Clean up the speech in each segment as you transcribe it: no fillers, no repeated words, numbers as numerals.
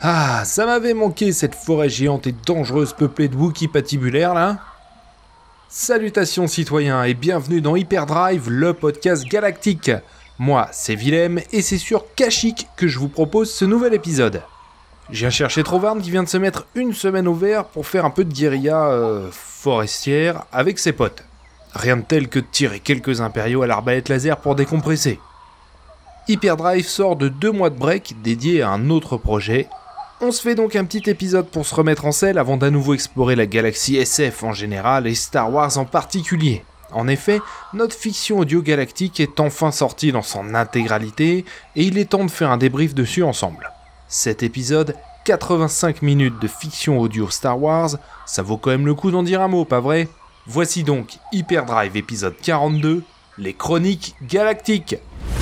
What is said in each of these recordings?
Ah, ça m'avait manqué cette forêt géante et dangereuse peuplée de Wookiees patibulaires là. Salutations citoyens et bienvenue dans Hyperdrive, le podcast galactique. Moi, c'est Willem et c'est sur Kashyyyk que je vous propose ce nouvel épisode. Je viens chercher Trovarn qui vient de se mettre une semaine au vert pour faire un peu de guérilla forestière avec ses potes. Rien de tel que de tirer quelques impériaux à l'arbalète laser pour décompresser. Hyperdrive sort de 2 mois de break dédié à un autre projet. On se fait donc un petit épisode pour se remettre en selle avant d'à nouveau explorer la galaxie SF en général et Star Wars en particulier. En effet, notre fiction audio galactique est enfin sortie dans son intégralité et il est temps de faire un débrief dessus ensemble. Cet épisode, 85 minutes de fiction audio Star Wars, ça vaut quand même le coup d'en dire un mot, pas vrai ? Voici donc Hyperdrive épisode 42, les Chroniques Galactiques.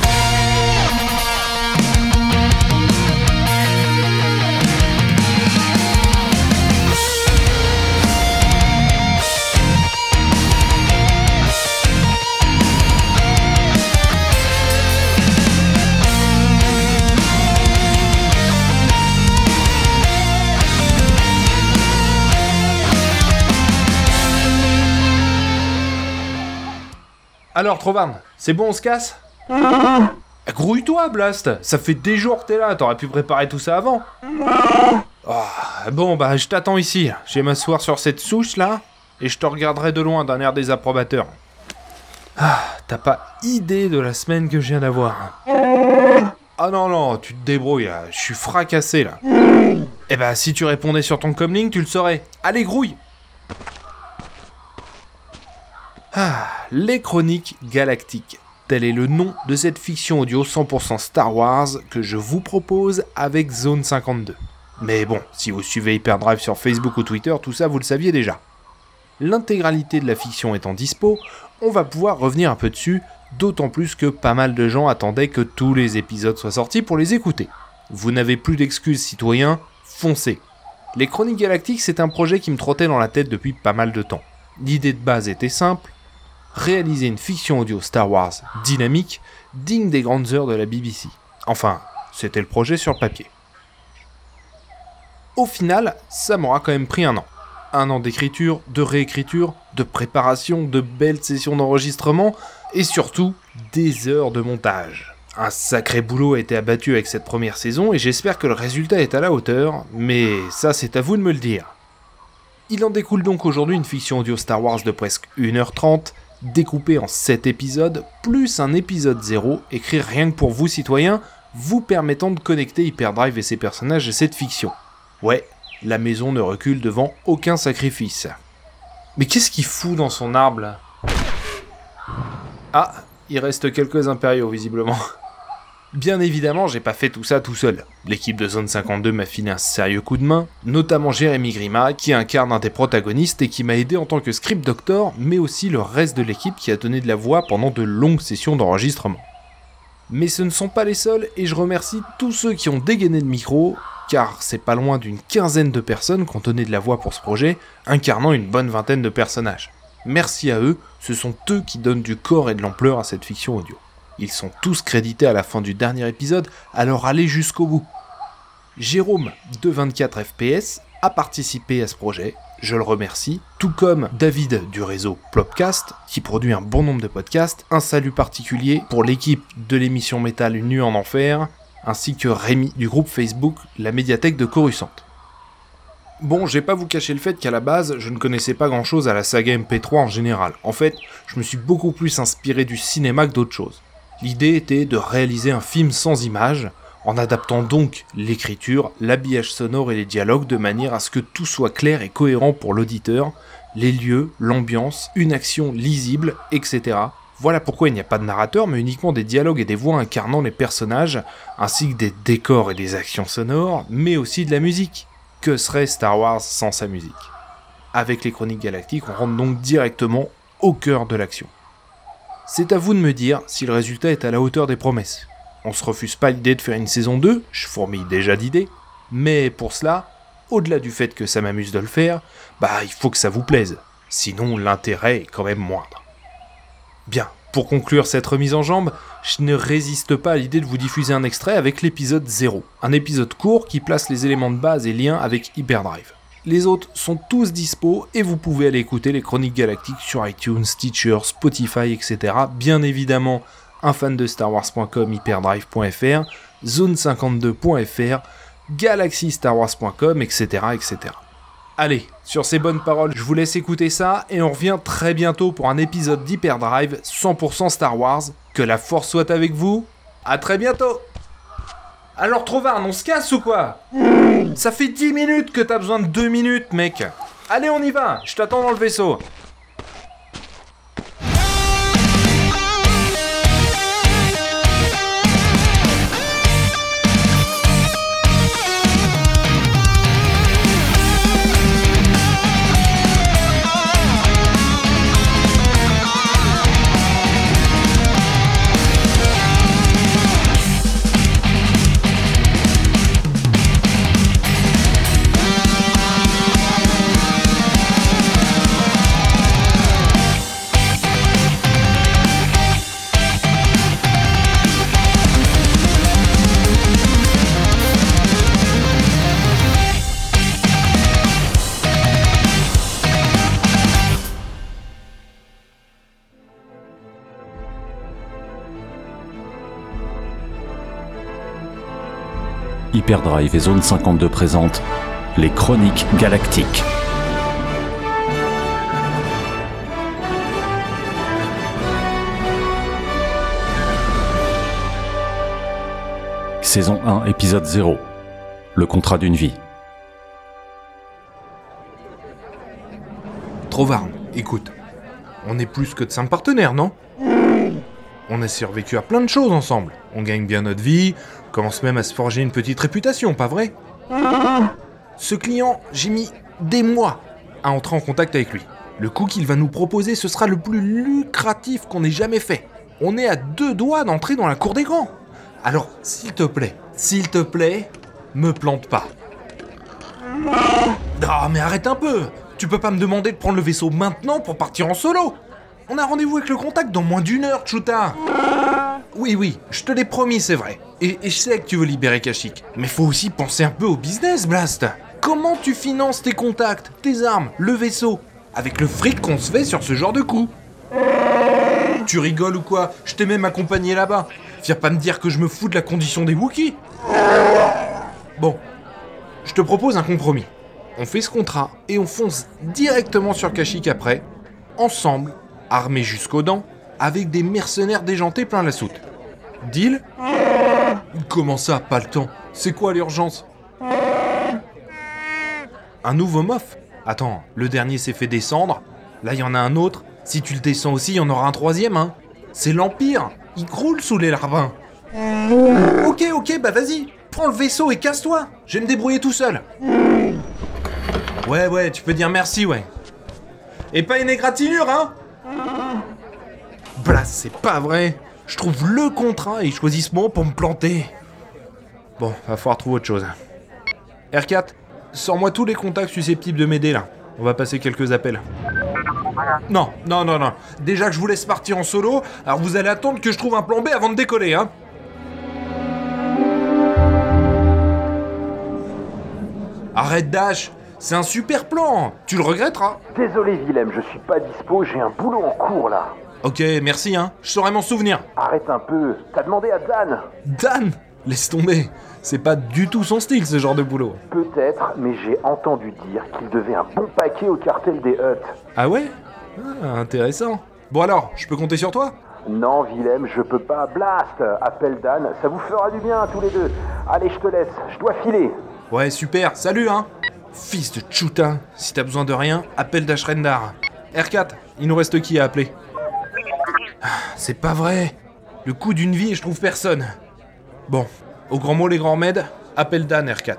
Alors Trovarn, c'est bon on se casse ? Grouille-toi Blast, ça fait des jours que t'es là, t'aurais pu préparer tout ça avant. Bon je t'attends ici, je vais m'asseoir sur cette souche là, et je te regarderai de loin d'un air désapprobateur. T'as pas idée de la semaine que je viens d'avoir. Ah non, tu te débrouilles là, je suis fracassé là. Eh si tu répondais sur ton comlink, tu le saurais. Allez grouille. Les Chroniques Galactiques. Tel est le nom de cette fiction audio 100% Star Wars que je vous propose avec Zone 52. Mais bon, si vous suivez Hyperdrive sur Facebook ou Twitter, tout ça vous le saviez déjà. L'intégralité de la fiction étant dispo, on va pouvoir revenir un peu dessus, d'autant plus que pas mal de gens attendaient que tous les épisodes soient sortis pour les écouter. Vous n'avez plus d'excuses citoyens, foncez. Les Chroniques Galactiques, c'est un projet qui me trottait dans la tête depuis pas mal de temps. L'idée de base était simple, réaliser une fiction audio Star Wars dynamique, digne des grandes heures de la BBC. Enfin, c'était le projet sur le papier. Au final, ça m'aura quand même pris 1 an. 1 an d'écriture, de réécriture, de préparation, de belles sessions d'enregistrement, et surtout, des heures de montage. Un sacré boulot a été abattu avec cette première saison, et j'espère que le résultat est à la hauteur, mais ça c'est à vous de me le dire. Il en découle donc aujourd'hui une fiction audio Star Wars de presque 1h30, découpée en 7 épisodes, plus un épisode 0, écrit rien que pour vous citoyens, vous permettant de connecter Hyperdrive et ses personnages à cette fiction. Ouais, la maison ne recule devant aucun sacrifice. Mais qu'est-ce qu'il fout dans son arbre là ? Il reste quelques impériaux visiblement. Bien évidemment, j'ai pas fait tout ça tout seul. L'équipe de Zone 52 m'a filé un sérieux coup de main, notamment Jérémy Grima, qui incarne un des protagonistes et qui m'a aidé en tant que script doctor, mais aussi le reste de l'équipe qui a donné de la voix pendant de longues sessions d'enregistrement. Mais ce ne sont pas les seuls, et je remercie tous ceux qui ont dégainé le micro, car c'est pas loin d'une quinzaine de personnes qui ont donné de la voix pour ce projet, incarnant une bonne vingtaine de personnages. Merci à eux, ce sont eux qui donnent du corps et de l'ampleur à cette fiction audio. Ils sont tous crédités à la fin du dernier épisode, alors allez jusqu'au bout. Jérôme, de 24 FPS, a participé à ce projet, je le remercie, tout comme David du réseau Plopcast, qui produit un bon nombre de podcasts, un salut particulier pour l'équipe de l'émission Métal Une Nuit en Enfer, ainsi que Rémi du groupe Facebook La Médiathèque de Coruscant. Bon, je vais pas vous cacher le fait qu'à la base, je ne connaissais pas grand chose à la saga MP3 en général. En fait, je me suis beaucoup plus inspiré du cinéma que d'autres choses. L'idée était de réaliser un film sans images, en adaptant donc l'écriture, l'habillage sonore et les dialogues de manière à ce que tout soit clair et cohérent pour l'auditeur, les lieux, l'ambiance, une action lisible, etc. Voilà pourquoi il n'y a pas de narrateur, mais uniquement des dialogues et des voix incarnant les personnages, ainsi que des décors et des actions sonores, mais aussi de la musique. Que serait Star Wars sans sa musique ? Avec les Chroniques Galactiques, on rentre donc directement au cœur de l'action. C'est à vous de me dire si le résultat est à la hauteur des promesses. On se refuse pas l'idée de faire une saison 2, je fourmille déjà d'idées, mais pour cela, au-delà du fait que ça m'amuse de le faire, il faut que ça vous plaise, sinon l'intérêt est quand même moindre. Bien, pour conclure cette remise en jambe, je ne résiste pas à l'idée de vous diffuser un extrait avec l'épisode 0, un épisode court qui place les éléments de base et liens avec Hyperdrive. Les autres sont tous dispo et vous pouvez aller écouter les Chroniques Galactiques sur iTunes, Stitcher, Spotify, etc. Bien évidemment, un fan de Star Wars.com, hyperdrive.fr, zone52.fr, galaxystarwars.com, etc., etc. Allez, sur ces bonnes paroles, je vous laisse écouter ça et on revient très bientôt pour un épisode d'Hyperdrive 100% Star Wars. Que la force soit avec vous, à très bientôt. Alors Trovarne, on se casse ou quoi? Ça fait 10 minutes que t'as besoin de 2 minutes, mec. Allez, on y va, je t'attends dans le vaisseau. Hyperdrive et Zone 52 présentent les Chroniques Galactiques. Saison 1, épisode 0. Le contrat d'une vie. Trovarne, écoute, on est plus que de simples partenaires, non? On a survécu à plein de choses ensemble. On gagne bien notre vie, commence même à se forger une petite réputation, pas vrai? Ce client, j'ai mis des mois à entrer en contact avec lui. Le coup qu'il va nous proposer, ce sera le plus lucratif qu'on ait jamais fait. On est à 2 doigts d'entrer dans la cour des grands. Alors, s'il te plaît, me plante pas. Ah, mais arrête un peu! Tu peux pas me demander de prendre le vaisseau maintenant pour partir en solo! On a rendez-vous avec le contact dans moins d'1 heure, Chuta! Oui, je te l'ai promis, c'est vrai. Et je sais que tu veux libérer Kashyyyk. Mais faut aussi penser un peu au business, Blast! Comment tu finances tes contacts, tes armes, le vaisseau? Avec le fric qu'on se fait sur ce genre de coup? Tu rigoles ou quoi? Je t'ai même accompagné là-bas. Viens pas me dire que je me fous de la condition des Wookiees. Bon, je te propose un compromis. On fait ce contrat et on fonce directement sur Kashyyyk après, ensemble, armés jusqu'aux dents, avec des mercenaires déjantés plein la soute. Deal? Comment ça, pas le temps? C'est quoi l'urgence? Un nouveau mof? Attends, le dernier s'est fait descendre, là il y en a un autre, si tu le descends aussi, il y en aura un troisième, hein. C'est l'Empire, il croule sous les larbins. Ok, bah vas-y, prends le vaisseau et casse-toi, je vais me débrouiller tout seul. Ouais, tu peux dire merci, ouais. Et pas une égratignure, hein? Blast, c'est pas vrai. Je trouve le contrat et ils choisissent ce moment pour me planter. Bon, va falloir trouver autre chose. R4, sors-moi tous les contacts susceptibles de m'aider, là. On va passer quelques appels. Non. Déjà que je vous laisse partir en solo, alors vous allez attendre que je trouve un plan B avant de décoller, hein. Arrête Dash, c'est un super plan. Tu le regretteras. Désolé Willem, je suis pas dispo, j'ai un boulot en cours là. Ok, merci, hein. Je saurai m'en souvenir. Arrête un peu, t'as demandé à Dan. Dan? Laisse tomber. C'est pas du tout son style, ce genre de boulot. Peut-être, mais j'ai entendu dire qu'il devait un bon paquet au cartel des Hutt. Ah ouais? Ah, intéressant. Bon alors, je peux compter sur toi? Non Willem, je peux pas. Blast, appelle Dan, ça vous fera du bien tous les deux. Allez, je te laisse, je dois filer. Ouais, super, salut, hein. Fils de Chuta, si t'as besoin de rien, appelle Dash Rendar. R4, il nous reste qui à appeler? Ah, c'est pas vrai. Le coup d'une vie et je trouve personne. Bon, au grand mot les grands remèdes, appelle Dan, R4.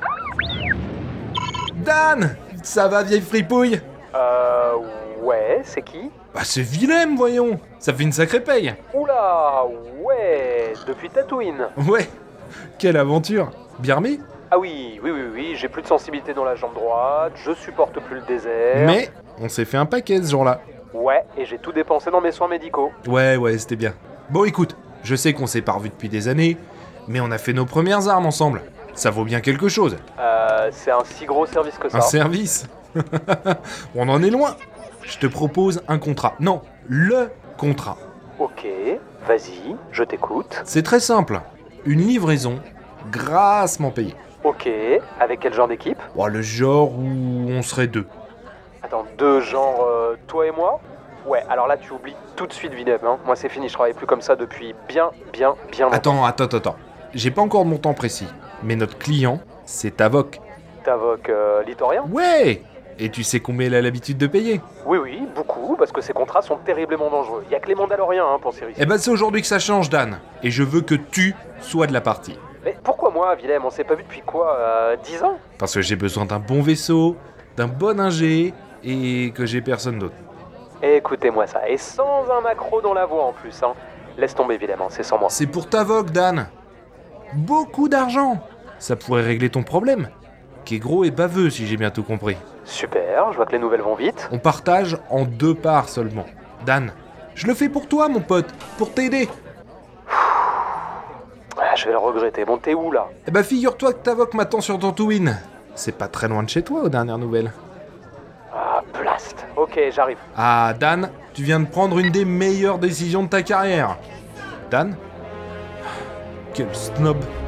Dan! Ça va, vieille fripouille? Ouais, c'est qui? Bah c'est Willem, voyons. Ça fait une sacrée paye. Oula, ouais, depuis Tatooine. Ouais, quelle aventure. Bien remis? Ah oui, j'ai plus de sensibilité dans la jambe droite, je supporte plus le désert. Mais on s'est fait un paquet ce jour-là. Ouais, et j'ai tout dépensé dans mes soins médicaux. Ouais, c'était bien. Bon, écoute, Je sais qu'on s'est pas revus depuis des années, mais on a fait nos premières armes ensemble. Ça vaut bien quelque chose. C'est un si gros service que ça. Un service. On en est loin. Je te propose un contrat. Non, le contrat. Ok, vas-y, je t'écoute. C'est très simple. Une livraison grassement payée. Ok, avec quel genre d'équipe? Bon, le genre où on serait deux. Attends, deux genres, toi et moi? Ouais, alors là tu oublies tout de suite Vilem, hein. Moi c'est fini, je travaille plus comme ça depuis bien longtemps. Attends. J'ai pas encore de montant précis. Mais notre client, c'est Tavok. Tavok Litorien? Ouais! Et tu sais combien il a l'habitude de payer? Oui, beaucoup, parce que ces contrats sont terriblement dangereux. Y a que les Mandaloriens pour ces risques. Eh ben c'est aujourd'hui que ça change, Dan. Et je veux que tu sois de la partie. Mais pourquoi moi, Vilem? On s'est pas vu depuis quoi, 10 ans? Parce que j'ai besoin d'un bon vaisseau, d'un bon ingé, et que j'ai personne d'autre. Écoutez-moi ça, et sans un macro dans la voix en plus, hein. Laisse tomber, Vilem, c'est sans moi. C'est pour Tavok, Dan. Beaucoup d'argent. Ça pourrait régler ton problème. Qui est gros et baveux, si j'ai bien tout compris. Super, je vois que les nouvelles vont vite. On partage en 2 parts seulement. Dan, je le fais pour toi, mon pote, pour t'aider. Ah, je vais le regretter, bon t'es où là? Eh ben figure-toi que Tavok m'attend sur Tatooine. C'est pas très loin de chez toi, aux dernières nouvelles. Ah, blast. Ok, j'arrive. Ah, Dan, tu viens de prendre une des meilleures décisions de ta carrière. Dan? Quel snob.